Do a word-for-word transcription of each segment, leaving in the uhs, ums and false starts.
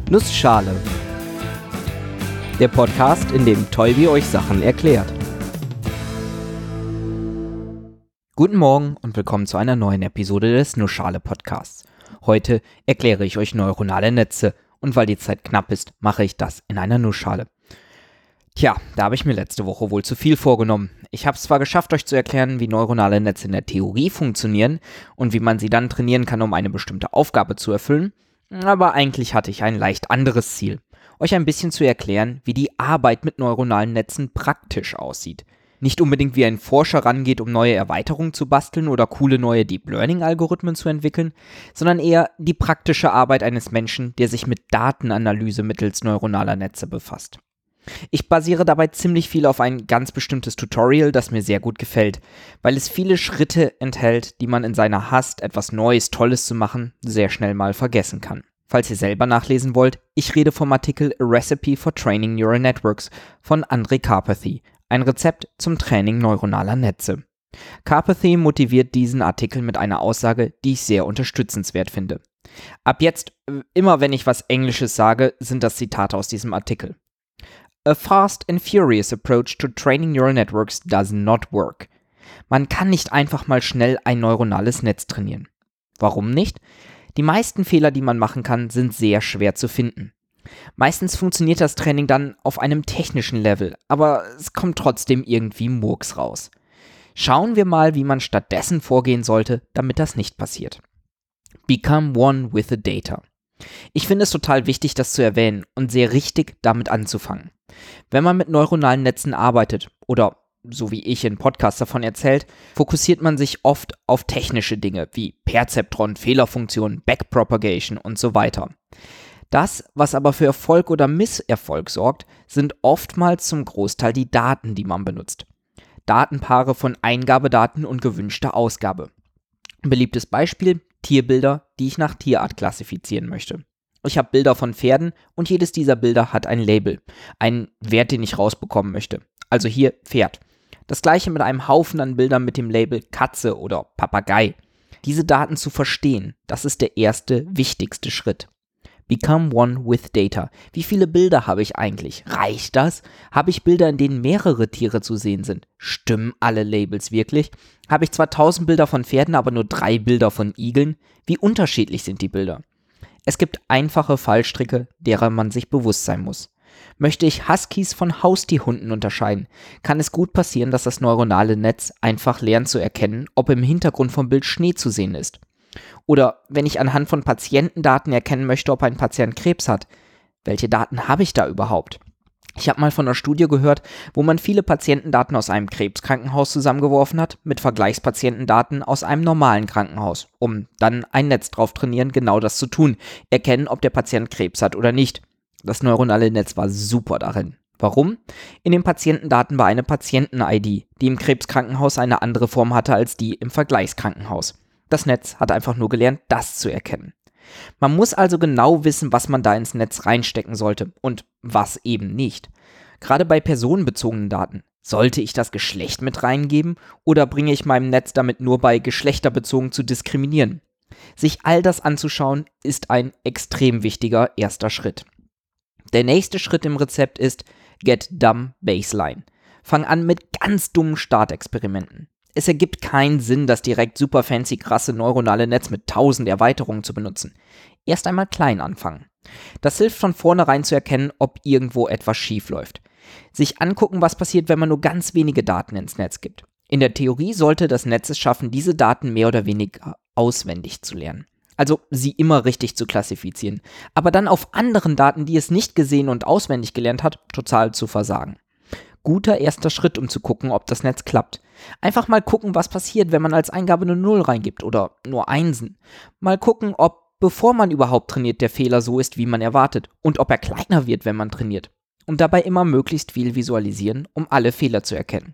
Nussschale. Der Podcast, in dem Tolbi euch Sachen erklärt. Guten Morgen und willkommen zu einer neuen Episode des Nussschale Podcasts. Heute erkläre ich euch neuronale Netze und weil die Zeit knapp ist, mache ich das in einer Nussschale. Tja, da habe ich mir letzte Woche wohl zu viel vorgenommen. Ich habe es zwar geschafft, euch zu erklären, wie neuronale Netze in der Theorie funktionieren und wie man sie dann trainieren kann, um eine bestimmte Aufgabe zu erfüllen, aber eigentlich hatte ich ein leicht anderes Ziel. Euch ein bisschen zu erklären, wie die Arbeit mit neuronalen Netzen praktisch aussieht. Nicht unbedingt wie ein Forscher rangeht, um neue Erweiterungen zu basteln oder coole neue Deep Learning-Algorithmen zu entwickeln, sondern eher die praktische Arbeit eines Menschen, der sich mit Datenanalyse mittels neuronaler Netze befasst. Ich basiere dabei ziemlich viel auf ein ganz bestimmtes Tutorial, das mir sehr gut gefällt, weil es viele Schritte enthält, die man in seiner Hast, etwas Neues, Tolles zu machen, sehr schnell mal vergessen kann. Falls ihr selber nachlesen wollt, ich rede vom Artikel A Recipe for Training Neural Networks von Andrej Karpathy, ein Rezept zum Training neuronaler Netze. Karpathy motiviert diesen Artikel mit einer Aussage, die ich sehr unterstützenswert finde. Ab jetzt, immer wenn ich was Englisches sage, sind das Zitate aus diesem Artikel. A fast and furious approach to training neural networks does not work. Man kann nicht einfach mal schnell ein neuronales Netz trainieren. Warum nicht? Die meisten Fehler, die man machen kann, sind sehr schwer zu finden. Meistens funktioniert das Training dann auf einem technischen Level, aber es kommt trotzdem irgendwie Murks raus. Schauen wir mal, wie man stattdessen vorgehen sollte, damit das nicht passiert. Become one with the data. Ich finde es total wichtig, das zu erwähnen und sehr richtig, damit anzufangen. Wenn man mit neuronalen Netzen arbeitet oder, so wie ich in Podcasts davon erzählt, fokussiert man sich oft auf technische Dinge wie Perzeptron, Fehlerfunktionen, Backpropagation und so weiter. Das, was aber für Erfolg oder Misserfolg sorgt, sind oftmals zum Großteil die Daten, die man benutzt. Datenpaare von Eingabedaten und gewünschter Ausgabe. Ein beliebtes Beispiel: Tierbilder, die ich nach Tierart klassifizieren möchte. Ich habe Bilder von Pferden und jedes dieser Bilder hat ein Label, einen Wert, den ich rausbekommen möchte. Also hier Pferd. Das gleiche mit einem Haufen an Bildern mit dem Label Katze oder Papagei. Diese Daten zu verstehen, das ist der erste, wichtigste Schritt. Become one with data. Wie viele Bilder habe ich eigentlich? Reicht das? Habe ich Bilder, in denen mehrere Tiere zu sehen sind? Stimmen alle Labels wirklich? Habe ich zwar tausend Bilder von Pferden, aber nur drei Bilder von Igeln? Wie unterschiedlich sind die Bilder? Es gibt einfache Fallstricke, derer man sich bewusst sein muss. Möchte ich Huskies von Haustierhunden unterscheiden, kann es gut passieren, dass das neuronale Netz einfach lernt zu erkennen, ob im Hintergrund vom Bild Schnee zu sehen ist. Oder wenn ich anhand von Patientendaten erkennen möchte, ob ein Patient Krebs hat, welche Daten habe ich da überhaupt? Ich habe mal von einer Studie gehört, wo man viele Patientendaten aus einem Krebskrankenhaus zusammengeworfen hat mit Vergleichspatientendaten aus einem normalen Krankenhaus, um dann ein Netz drauf trainieren, genau das zu tun, erkennen, ob der Patient Krebs hat oder nicht. Das neuronale Netz war super darin. Warum? In den Patientendaten war eine Patienten-I D, die im Krebskrankenhaus eine andere Form hatte als die im Vergleichskrankenhaus. Das Netz hat einfach nur gelernt, das zu erkennen. Man muss also genau wissen, was man da ins Netz reinstecken sollte und was eben nicht. Gerade bei personenbezogenen Daten. Sollte ich das Geschlecht mit reingeben oder bringe ich meinem Netz damit nur bei, geschlechterbezogen zu diskriminieren? Sich all das anzuschauen, ist ein extrem wichtiger erster Schritt. Der nächste Schritt im Rezept ist Get Dumb Baseline. Fang an mit ganz dummen Startexperimenten. Es ergibt keinen Sinn, das direkt super fancy krasse neuronale Netz mit tausend Erweiterungen zu benutzen. Erst einmal klein anfangen. Das hilft von vornherein zu erkennen, ob irgendwo etwas schief läuft. Sich angucken, was passiert, wenn man nur ganz wenige Daten ins Netz gibt. In der Theorie sollte das Netz es schaffen, diese Daten mehr oder weniger auswendig zu lernen. Also sie immer richtig zu klassifizieren. Aber dann auf anderen Daten, die es nicht gesehen und auswendig gelernt hat, total zu versagen. Guter erster Schritt, um zu gucken, ob das Netz klappt. Einfach mal gucken, was passiert, wenn man als Eingabe eine Null reingibt oder nur Einsen. Mal gucken, ob, bevor man überhaupt trainiert, der Fehler so ist, wie man erwartet und ob er kleiner wird, wenn man trainiert. Und dabei immer möglichst viel visualisieren, um alle Fehler zu erkennen.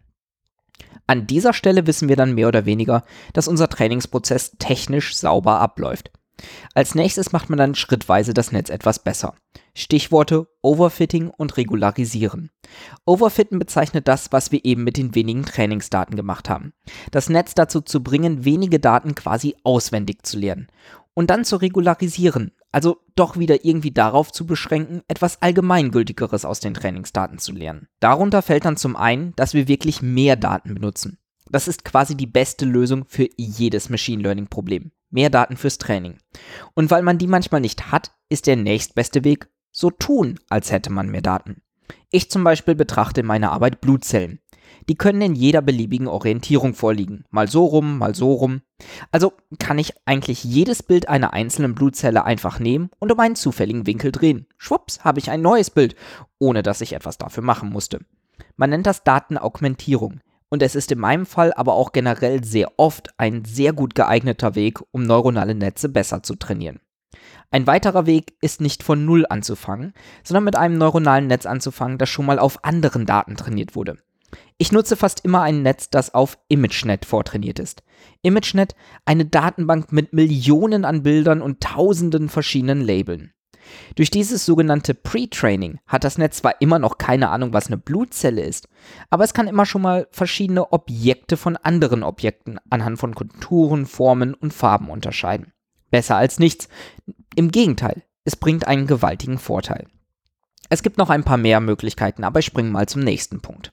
An dieser Stelle wissen wir dann mehr oder weniger, dass unser Trainingsprozess technisch sauber abläuft. Als nächstes macht man dann schrittweise das Netz etwas besser. Stichworte Overfitting und Regularisieren. Overfitten bezeichnet das, was wir eben mit den wenigen Trainingsdaten gemacht haben. Das Netz dazu zu bringen, wenige Daten quasi auswendig zu lernen. und dann zu regularisieren, also doch wieder irgendwie darauf zu beschränken, etwas Allgemeingültigeres aus den Trainingsdaten zu lernen. Darunter fällt dann zum einen, dass wir wirklich mehr Daten benutzen. Das ist quasi die beste Lösung für jedes Machine Learning Problem. Mehr Daten fürs Training. Und weil man die manchmal nicht hat, ist der nächstbeste Weg, so tun, als hätte man mehr Daten. Ich zum Beispiel betrachte in meiner Arbeit Blutzellen. Die können in jeder beliebigen Orientierung vorliegen. Mal so rum, mal so rum. Also kann ich eigentlich jedes Bild einer einzelnen Blutzelle einfach nehmen und um einen zufälligen Winkel drehen. Schwupps, habe ich ein neues Bild, ohne dass ich etwas dafür machen musste. Man nennt das Datenaugmentierung. Und es ist in meinem Fall aber auch generell sehr oft ein sehr gut geeigneter Weg, um neuronale Netze besser zu trainieren. Ein weiterer Weg ist nicht von Null anzufangen, sondern mit einem neuronalen Netz anzufangen, das schon mal auf anderen Daten trainiert wurde. Ich nutze fast immer ein Netz, das auf ImageNet vortrainiert ist. ImageNet, eine Datenbank mit Millionen an Bildern und tausenden verschiedenen Labeln. Durch dieses sogenannte Pre-Training hat das Netz zwar immer noch keine Ahnung, was eine Blutzelle ist, aber es kann immer schon mal verschiedene Objekte von anderen Objekten anhand von Konturen, Formen und Farben unterscheiden. Besser als nichts. Im Gegenteil, es bringt einen gewaltigen Vorteil. Es gibt noch ein paar mehr Möglichkeiten, aber ich springe mal zum nächsten Punkt.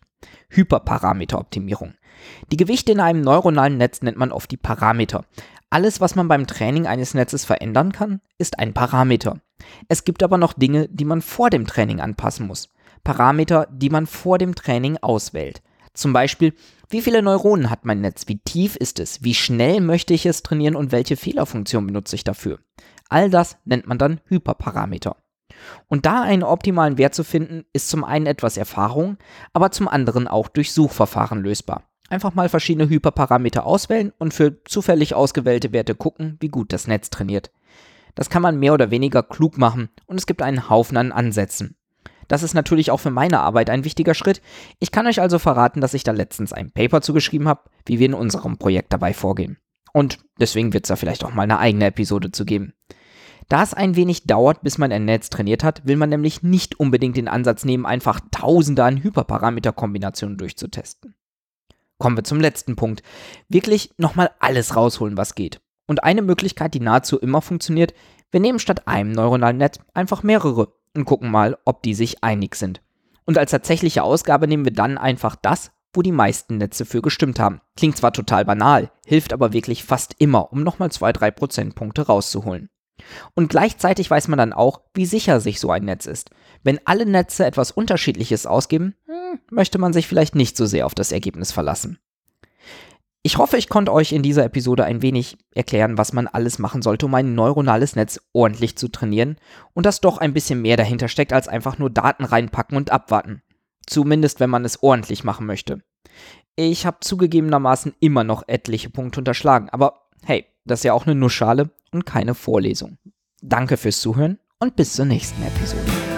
Hyperparameteroptimierung. Die Gewichte in einem neuronalen Netz nennt man oft die Parameter. Alles, was man beim Training eines Netzes verändern kann, ist ein Parameter. Es gibt aber noch Dinge, die man vor dem Training anpassen muss. Parameter, die man vor dem Training auswählt. Zum Beispiel, wie viele Neuronen hat mein Netz, wie tief ist es, wie schnell möchte ich es trainieren und welche Fehlerfunktion benutze ich dafür. All das nennt man dann Hyperparameter. Und da einen optimalen Wert zu finden, ist zum einen etwas Erfahrung, aber zum anderen auch durch Suchverfahren lösbar. Einfach mal verschiedene Hyperparameter auswählen und für zufällig ausgewählte Werte gucken, wie gut das Netz trainiert. Das kann man mehr oder weniger klug machen und es gibt einen Haufen an Ansätzen. Das ist natürlich auch für meine Arbeit ein wichtiger Schritt. Ich kann euch also verraten, dass ich da letztens ein Paper zugeschrieben habe, wie wir in unserem Projekt dabei vorgehen. Und deswegen wird es da vielleicht auch mal eine eigene Episode zu geben. Da es ein wenig dauert, bis man ein Netz trainiert hat, will man nämlich nicht unbedingt den Ansatz nehmen, einfach Tausende an Hyperparameterkombinationen durchzutesten. Kommen wir zum letzten Punkt. Wirklich nochmal alles rausholen, was geht. Und eine Möglichkeit, die nahezu immer funktioniert, wir nehmen statt einem neuronalen Netz einfach mehrere und gucken mal, ob die sich einig sind. Und als tatsächliche Ausgabe nehmen wir dann einfach das, wo die meisten Netze für gestimmt haben. Klingt zwar total banal, hilft aber wirklich fast immer, um nochmal zwei bis drei Prozentpunkte rauszuholen. Und gleichzeitig weiß man dann auch, wie sicher sich so ein Netz ist. Wenn alle Netze etwas Unterschiedliches ausgeben, hm, möchte man sich vielleicht nicht so sehr auf das Ergebnis verlassen. Ich hoffe, ich konnte euch in dieser Episode ein wenig erklären, was man alles machen sollte, um ein neuronales Netz ordentlich zu trainieren und dass doch ein bisschen mehr dahinter steckt, als einfach nur Daten reinpacken und abwarten. Zumindest, wenn man es ordentlich machen möchte. Ich habe zugegebenermaßen immer noch etliche Punkte unterschlagen, aber hey, das ist ja auch eine Nussschale und keine Vorlesung. Danke fürs Zuhören und bis zur nächsten Episode.